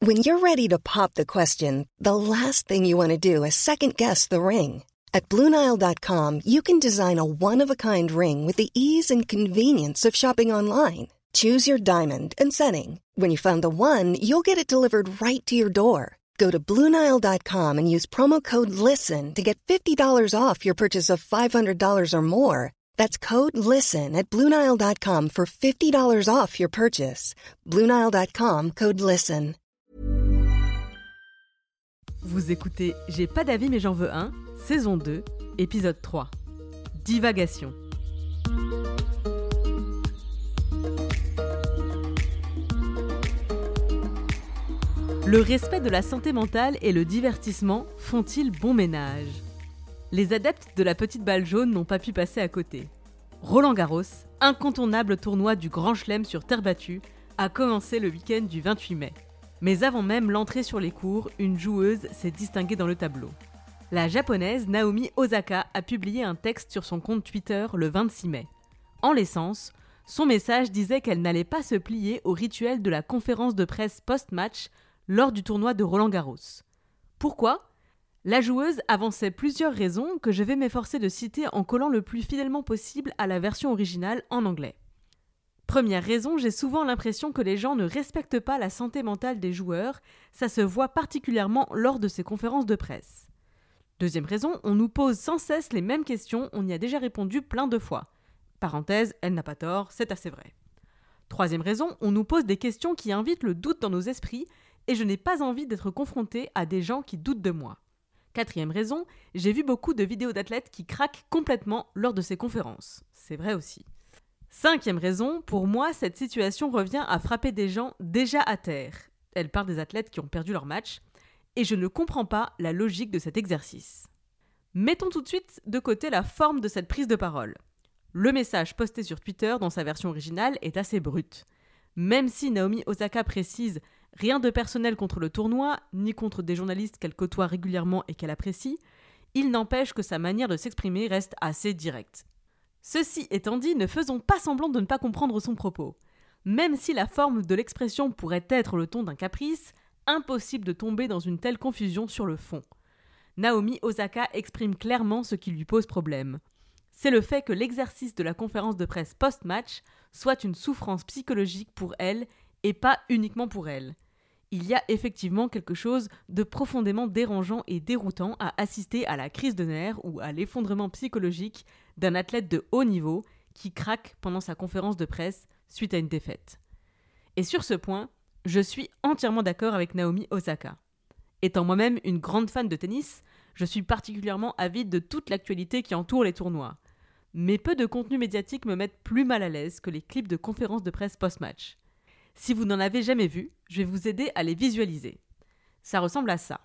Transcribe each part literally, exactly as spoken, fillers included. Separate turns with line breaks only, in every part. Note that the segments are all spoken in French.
When you're ready to pop the question, the last thing you want to do is second-guess the ring. At Blue Nile dot com, you can design a one-of-a-kind ring with the ease and convenience of shopping online. Choose your diamond and setting. When you find the one, you'll get it delivered right to your door. Go to Blue Nile dot com and use promo code LISTEN to get fifty dollars off your purchase of five hundred dollars or more. That's code LISTEN at Blue Nile dot com for fifty dollars off your purchase. Blue Nile dot com, code LISTEN.
Vous écoutez J'ai pas d'avis mais j'en veux un, saison deux, épisode trois. Divagation. Le respect de la santé mentale et le divertissement font-ils bon ménage ? Les adeptes de la petite balle jaune n'ont pas pu passer à côté. Roland-Garros, incontournable tournoi du Grand Chelem sur terre battue, a commencé le week-end du vingt-huit mai. Mais avant même l'entrée sur les cours, une joueuse s'est distinguée dans le tableau. La japonaise Naomi Osaka a publié un texte sur son compte Twitter le vingt-six mai. En l'essence, son message disait qu'elle n'allait pas se plier au rituel de la conférence de presse post-match lors du tournoi de Roland-Garros. Pourquoi ? La joueuse avançait plusieurs raisons que je vais m'efforcer de citer en collant le plus fidèlement possible à la version originale en anglais. Première raison, j'ai souvent l'impression que les gens ne respectent pas la santé mentale des joueurs, ça se voit particulièrement lors de ces conférences de presse. Deuxième raison, on nous pose sans cesse les mêmes questions, on y a déjà répondu plein de fois. Parenthèse, elle n'a pas tort, c'est assez vrai. Troisième raison, on nous pose des questions qui invitent le doute dans nos esprits, et je n'ai pas envie d'être confrontée à des gens qui doutent de moi. Quatrième raison, j'ai vu beaucoup de vidéos d'athlètes qui craquent complètement lors de ces conférences. C'est vrai aussi. Cinquième raison, pour moi, cette situation revient à frapper des gens déjà à terre. Elle parle des athlètes qui ont perdu leur match, et je ne comprends pas la logique de cet exercice. Mettons tout de suite de côté la forme de cette prise de parole. Le message posté sur Twitter dans sa version originale est assez brut. Même si Naomi Osaka précise « rien de personnel contre le tournoi, ni contre des journalistes qu'elle côtoie régulièrement et qu'elle apprécie », il n'empêche que sa manière de s'exprimer reste assez directe. Ceci étant dit, ne faisons pas semblant de ne pas comprendre son propos. Même si la forme de l'expression pourrait être le ton d'un caprice, impossible de tomber dans une telle confusion sur le fond. Naomi Osaka exprime clairement ce qui lui pose problème. C'est le fait que l'exercice de la conférence de presse post-match soit une souffrance psychologique pour elle et pas uniquement pour elle. Il y a effectivement quelque chose de profondément dérangeant et déroutant à assister à la crise de nerfs ou à l'effondrement psychologique d'un athlète de haut niveau qui craque pendant sa conférence de presse suite à une défaite. Et sur ce point, je suis entièrement d'accord avec Naomi Osaka. Étant moi-même une grande fan de tennis, je suis particulièrement avide de toute l'actualité qui entoure les tournois. Mais peu de contenus médiatiques me mettent plus mal à l'aise que les clips de conférences de presse post-match. Si vous n'en avez jamais vu, je vais vous aider à les visualiser. Ça ressemble à ça.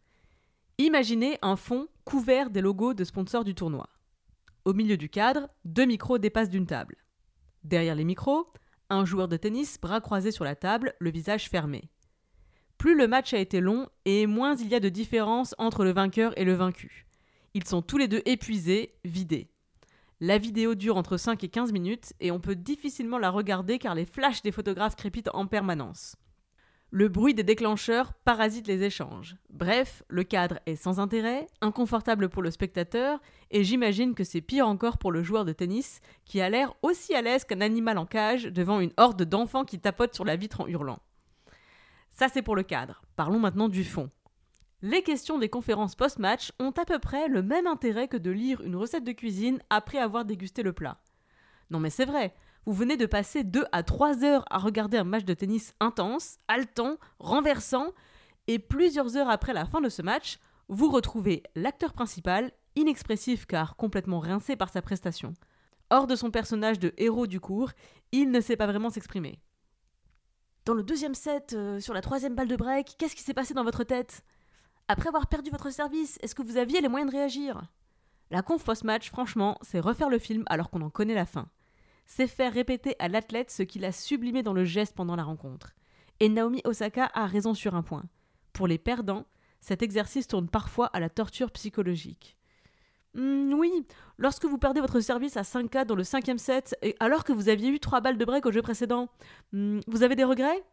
Imaginez un fond couvert des logos de sponsors du tournoi. Au milieu du cadre, deux micros dépassent d'une table. Derrière les micros, un joueur de tennis, bras croisés sur la table, le visage fermé. Plus le match a été long, et moins il y a de différence entre le vainqueur et le vaincu. Ils sont tous les deux épuisés, vidés. La vidéo dure entre cinq et quinze minutes et on peut difficilement la regarder car les flashs des photographes crépitent en permanence. Le bruit des déclencheurs parasite les échanges. Bref, le cadre est sans intérêt, inconfortable pour le spectateur et j'imagine que c'est pire encore pour le joueur de tennis qui a l'air aussi à l'aise qu'un animal en cage devant une horde d'enfants qui tapotent sur la vitre en hurlant. Ça c'est pour le cadre. Parlons maintenant du fond. Les questions des conférences post-match ont à peu près le même intérêt que de lire une recette de cuisine après avoir dégusté le plat. Non mais c'est vrai, vous venez de passer deux à trois heures à regarder un match de tennis intense, haletant, renversant, et plusieurs heures après la fin de ce match, vous retrouvez l'acteur principal, inexpressif car complètement rincé par sa prestation. Hors de son personnage de héros du cours, il ne sait pas vraiment s'exprimer. Dans le deuxième set, euh, sur la troisième balle de break, qu'est-ce qui s'est passé dans votre tête ? Après avoir perdu votre service, est-ce que vous aviez les moyens de réagir ? La conf post-match, franchement, c'est refaire le film alors qu'on en connaît la fin. C'est faire répéter à l'athlète ce qu'il a sublimé dans le geste pendant la rencontre. Et Naomi Osaka a raison sur un point. Pour les perdants, cet exercice tourne parfois à la torture psychologique. Mmh, oui, lorsque vous perdez votre service à cinq quatre dans le cinquième set, et alors que vous aviez eu trois balles de break au jeu précédent, mmh, vous avez des regrets ?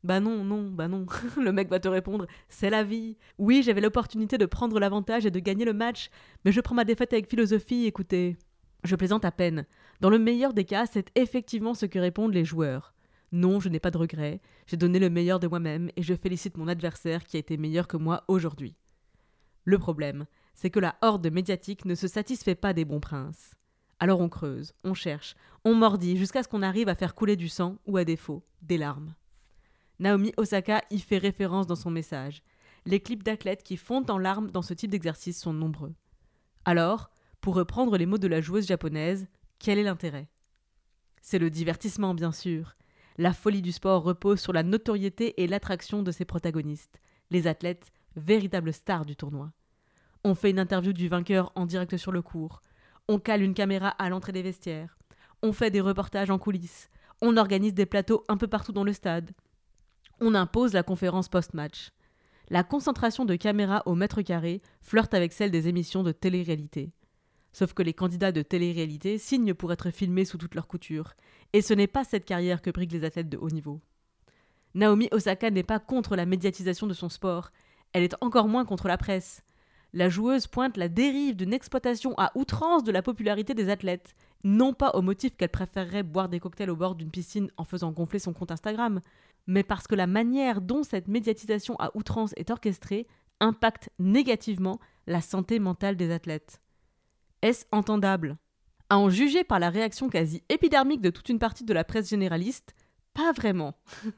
Bah non, non, bah non. Le mec va te répondre, c'est la vie. Oui, j'avais l'opportunité de prendre l'avantage et de gagner le match, mais je prends ma défaite avec philosophie, écoutez. Je plaisante à peine. Dans le meilleur des cas, c'est effectivement ce que répondent les joueurs. Non, je n'ai pas de regrets, j'ai donné le meilleur de moi-même et je félicite mon adversaire qui a été meilleur que moi aujourd'hui. Le problème, c'est que la horde médiatique ne se satisfait pas des bons princes. Alors on creuse, on cherche, on mordit jusqu'à ce qu'on arrive à faire couler du sang ou à défaut, des larmes. Naomi Osaka y fait référence dans son message. Les clips d'athlètes qui fondent en larmes dans ce type d'exercice sont nombreux. Alors, pour reprendre les mots de la joueuse japonaise, quel est l'intérêt ? C'est le divertissement, bien sûr. La folie du sport repose sur la notoriété et l'attraction de ses protagonistes, les athlètes, véritables stars du tournoi. On fait une interview du vainqueur en direct sur le court. On cale une caméra à l'entrée des vestiaires. On fait des reportages en coulisses. On organise des plateaux un peu partout dans le stade. On impose la conférence post-match. La concentration de caméras au mètre carré flirte avec celle des émissions de télé-réalité. Sauf que les candidats de télé-réalité signent pour être filmés sous toutes leurs coutures. Et ce n'est pas cette carrière que briguent les athlètes de haut niveau. Naomi Osaka n'est pas contre la médiatisation de son sport. Elle est encore moins contre la presse. La joueuse pointe la dérive d'une exploitation à outrance de la popularité des athlètes, non pas au motif qu'elle préférerait boire des cocktails au bord d'une piscine en faisant gonfler son compte Instagram, mais parce que la manière dont cette médiatisation à outrance est orchestrée impacte négativement la santé mentale des athlètes. Est-ce entendable ? À en juger par la réaction quasi épidermique de toute une partie de la presse généraliste, pas vraiment.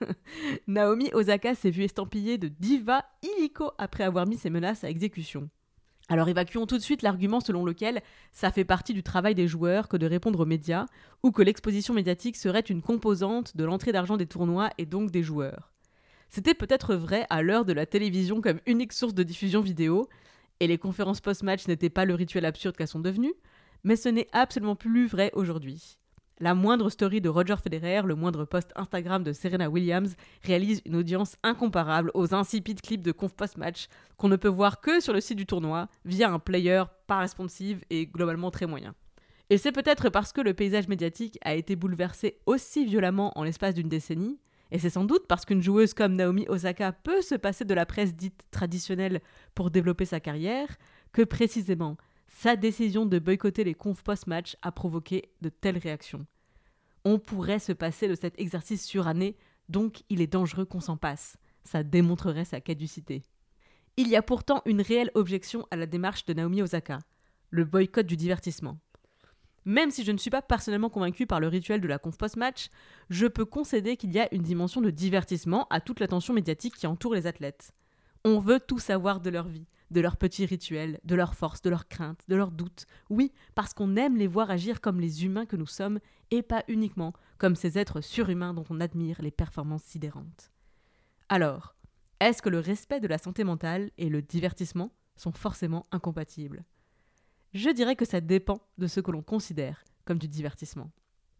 Naomi Osaka s'est vue estampillée de diva illico après avoir mis ses menaces à exécution. Alors évacuons tout de suite l'argument selon lequel ça fait partie du travail des joueurs que de répondre aux médias, ou que l'exposition médiatique serait une composante de l'entrée d'argent des tournois et donc des joueurs. C'était peut-être vrai à l'heure de la télévision comme unique source de diffusion vidéo, et les conférences post-match n'étaient pas le rituel absurde qu'elles sont devenues, mais ce n'est absolument plus vrai aujourd'hui. La moindre story de Roger Federer, le moindre post Instagram de Serena Williams réalise une audience incomparable aux insipides clips de conf post-match qu'on ne peut voir que sur le site du tournoi via un player pas responsive et globalement très moyen. Et c'est peut-être parce que le paysage médiatique a été bouleversé aussi violemment en l'espace d'une décennie, et c'est sans doute parce qu'une joueuse comme Naomi Osaka peut se passer de la presse dite traditionnelle pour développer sa carrière, que précisément sa décision de boycotter les confs post-match a provoqué de telles réactions. On pourrait se passer de cet exercice suranné, donc il est dangereux qu'on s'en passe. Ça démontrerait sa caducité. Il y a pourtant une réelle objection à la démarche de Naomi Osaka, le boycott du divertissement. Même si je ne suis pas personnellement convaincue par le rituel de la conf post-match, je peux concéder qu'il y a une dimension de divertissement à toute l'attention médiatique qui entoure les athlètes. On veut tout savoir de leur vie, de leurs petits rituels, de leurs forces, de leurs craintes, de leurs doutes. Oui, parce qu'on aime les voir agir comme les humains que nous sommes, et pas uniquement comme ces êtres surhumains dont on admire les performances sidérantes. Alors, est-ce que le respect de la santé mentale et le divertissement sont forcément incompatibles ? Je dirais que ça dépend de ce que l'on considère comme du divertissement.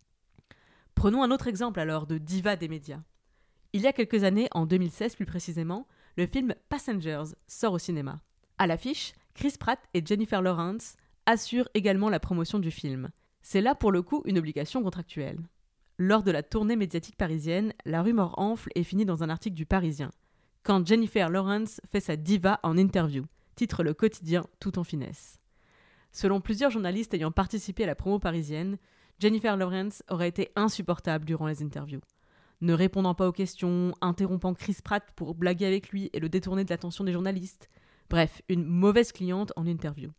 Prenons un autre exemple alors de diva des médias. Il y a quelques années, en deux mille seize plus précisément, le film Passengers sort au cinéma. À l'affiche, Chris Pratt et Jennifer Lawrence assurent également la promotion du film. C'est là pour le coup une obligation contractuelle. Lors de la tournée médiatique parisienne, la rumeur enfle et finit dans un article du Parisien. Quand Jennifer Lawrence fait sa diva en interview, titre le quotidien tout en finesse. Selon plusieurs journalistes ayant participé à la promo parisienne, Jennifer Lawrence aurait été insupportable durant les interviews. Ne répondant pas aux questions, interrompant Chris Pratt pour blaguer avec lui et le détourner de l'attention des journalistes. Bref, une mauvaise cliente en interview.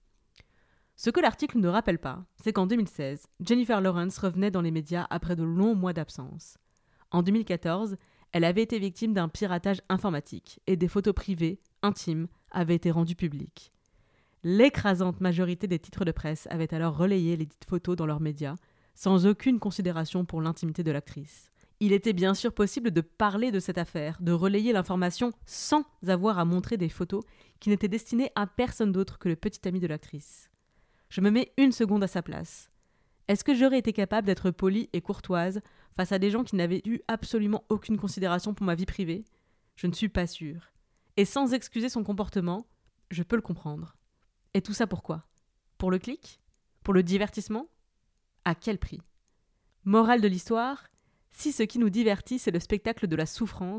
Ce que l'article ne rappelle pas, c'est qu'en deux mille seize, Jennifer Lawrence revenait dans les médias après de longs mois d'absence. En deux mille quatorze, elle avait été victime d'un piratage informatique et des photos privées, intimes, avaient été rendues publiques. L'écrasante majorité des titres de presse avaient alors relayé les dites photos dans leurs médias, sans aucune considération pour l'intimité de l'actrice. Il était bien sûr possible de parler de cette affaire, de relayer l'information sans avoir à montrer des photos qui n'étaient destinées à personne d'autre que le petit ami de l'actrice. Je me mets une seconde à sa place. Est-ce que j'aurais été capable d'être polie et courtoise face à des gens qui n'avaient eu absolument aucune considération pour ma vie privée ? Je ne suis pas sûre. Et sans excuser son comportement, je peux le comprendre. Et tout ça pourquoi ? Pour le clic ? Pour le divertissement ? À quel prix ? Morale de l'histoire ? Si ce qui nous divertit, c'est le spectacle de la souffrance,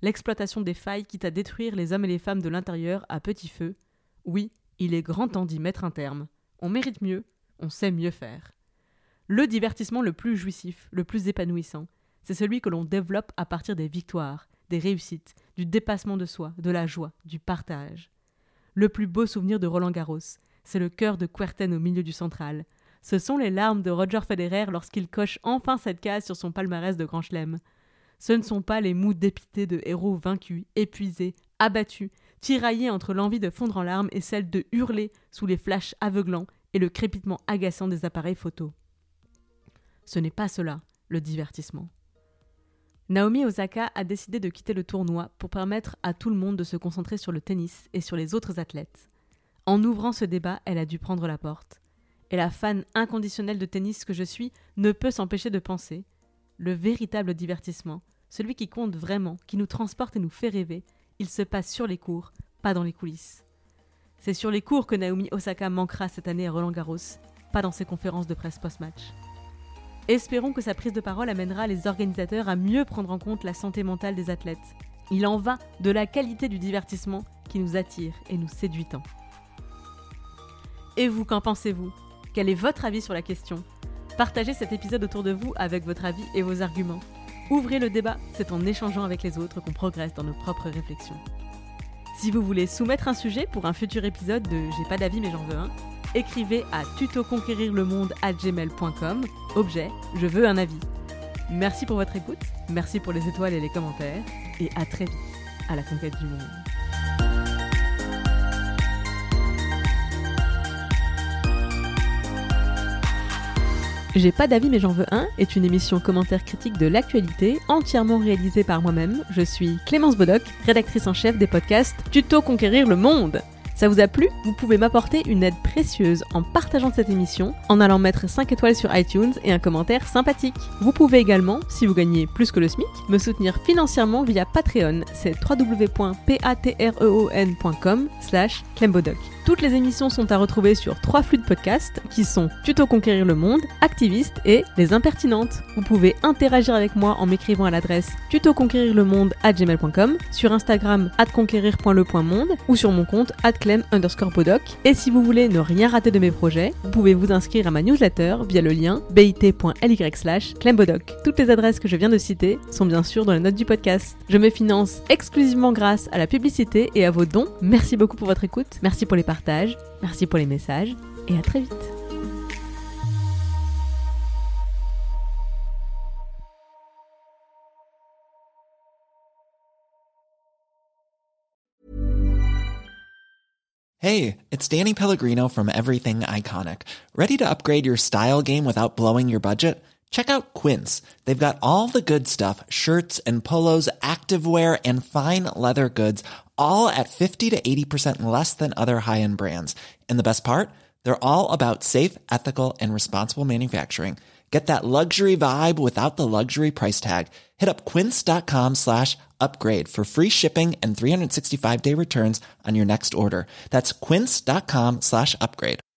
l'exploitation des failles quitte à détruire les hommes et les femmes de l'intérieur à petit feu. Oui, il est grand temps d'y mettre un terme. On mérite mieux, on sait mieux faire. Le divertissement le plus jouissif, le plus épanouissant, c'est celui que l'on développe à partir des victoires, des réussites, du dépassement de soi, de la joie, du partage. Le plus beau souvenir de Roland Garros, c'est le cœur de Kuerten au milieu du central. Ce sont les larmes de Roger Federer lorsqu'il coche enfin cette case sur son palmarès de Grand Chelem. Ce ne sont pas les mots dépités de héros vaincus, épuisés, abattus, tiraillés entre l'envie de fondre en larmes et celle de hurler sous les flashs aveuglants et le crépitement agaçant des appareils photo. Ce n'est pas cela, le divertissement. Naomi Osaka a décidé de quitter le tournoi pour permettre à tout le monde de se concentrer sur le tennis et sur les autres athlètes. En ouvrant ce débat, elle a dû prendre la porte. Et la fan inconditionnelle de tennis que je suis ne peut s'empêcher de penser. Le véritable divertissement, celui qui compte vraiment, qui nous transporte et nous fait rêver, il se passe sur les cours, pas dans les coulisses. C'est sur les cours que Naomi Osaka manquera cette année à Roland Garros, pas dans ses conférences de presse post-match. Espérons que sa prise de parole amènera les organisateurs à mieux prendre en compte la santé mentale des athlètes. Il en va de la qualité du divertissement qui nous attire et nous séduit tant. Et vous, qu'en pensez-vous ? Quel est votre avis sur la question ? Partagez cet épisode autour de vous avec votre avis et vos arguments. Ouvrez le débat, c'est en échangeant avec les autres qu'on progresse dans nos propres réflexions. Si vous voulez soumettre un sujet pour un futur épisode de J'ai pas d'avis mais j'en veux un, écrivez à tutoconquérirlemonde arobase gmail point com, objet je veux un avis. Merci pour votre écoute, merci pour les étoiles et les commentaires, et à très vite à la conquête du monde. J'ai pas d'avis mais j'en veux un est une émission commentaire critique de l'actualité entièrement réalisée par moi-même. Je suis Clémence Bodoc, rédactrice en chef des podcasts Tuto Conquérir le Monde. Ça vous a plu ? Vous pouvez m'apporter une aide précieuse en partageant cette émission, en allant mettre cinq étoiles sur iTunes et un commentaire sympathique. Vous pouvez également, si vous gagnez plus que le SMIC, me soutenir financièrement via Patreon. C'est w w w point patreon point com slash clembodoc. Toutes les émissions sont à retrouver sur trois flux de podcasts qui sont Tuto Conquérir le Monde, Activiste et Les Impertinentes. Vous pouvez interagir avec moi en m'écrivant à l'adresse tutoconquérirlemonde arobase gmail point com, sur Instagram arobase conquérir point le point monde ou sur mon compte arobase clem underscore bodoc. Et si vous voulez ne rien rater de mes projets, vous pouvez vous inscrire à ma newsletter via le lien bit point l y slash clembodoc. Toutes les adresses que je viens de citer sont bien sûr dans les notes du podcast. Je me finance exclusivement grâce à la publicité et à vos dons. Merci beaucoup pour votre écoute, merci pour les partage, merci pour les messages et à très vite.
Hey, it's Danny Pellegrino from Everything Iconic. Ready to upgrade your style game without blowing your budget? Check out Quince. They've got all the good stuff, shirts and polos, activewear and fine leather goods, all at fifty to eighty percent less than other high-end brands. And the best part? They're all about safe, ethical, and responsible manufacturing. Get that luxury vibe without the luxury price tag. Hit up quince.com slash upgrade for free shipping and three sixty-five day returns on your next order. That's quince.com slash upgrade.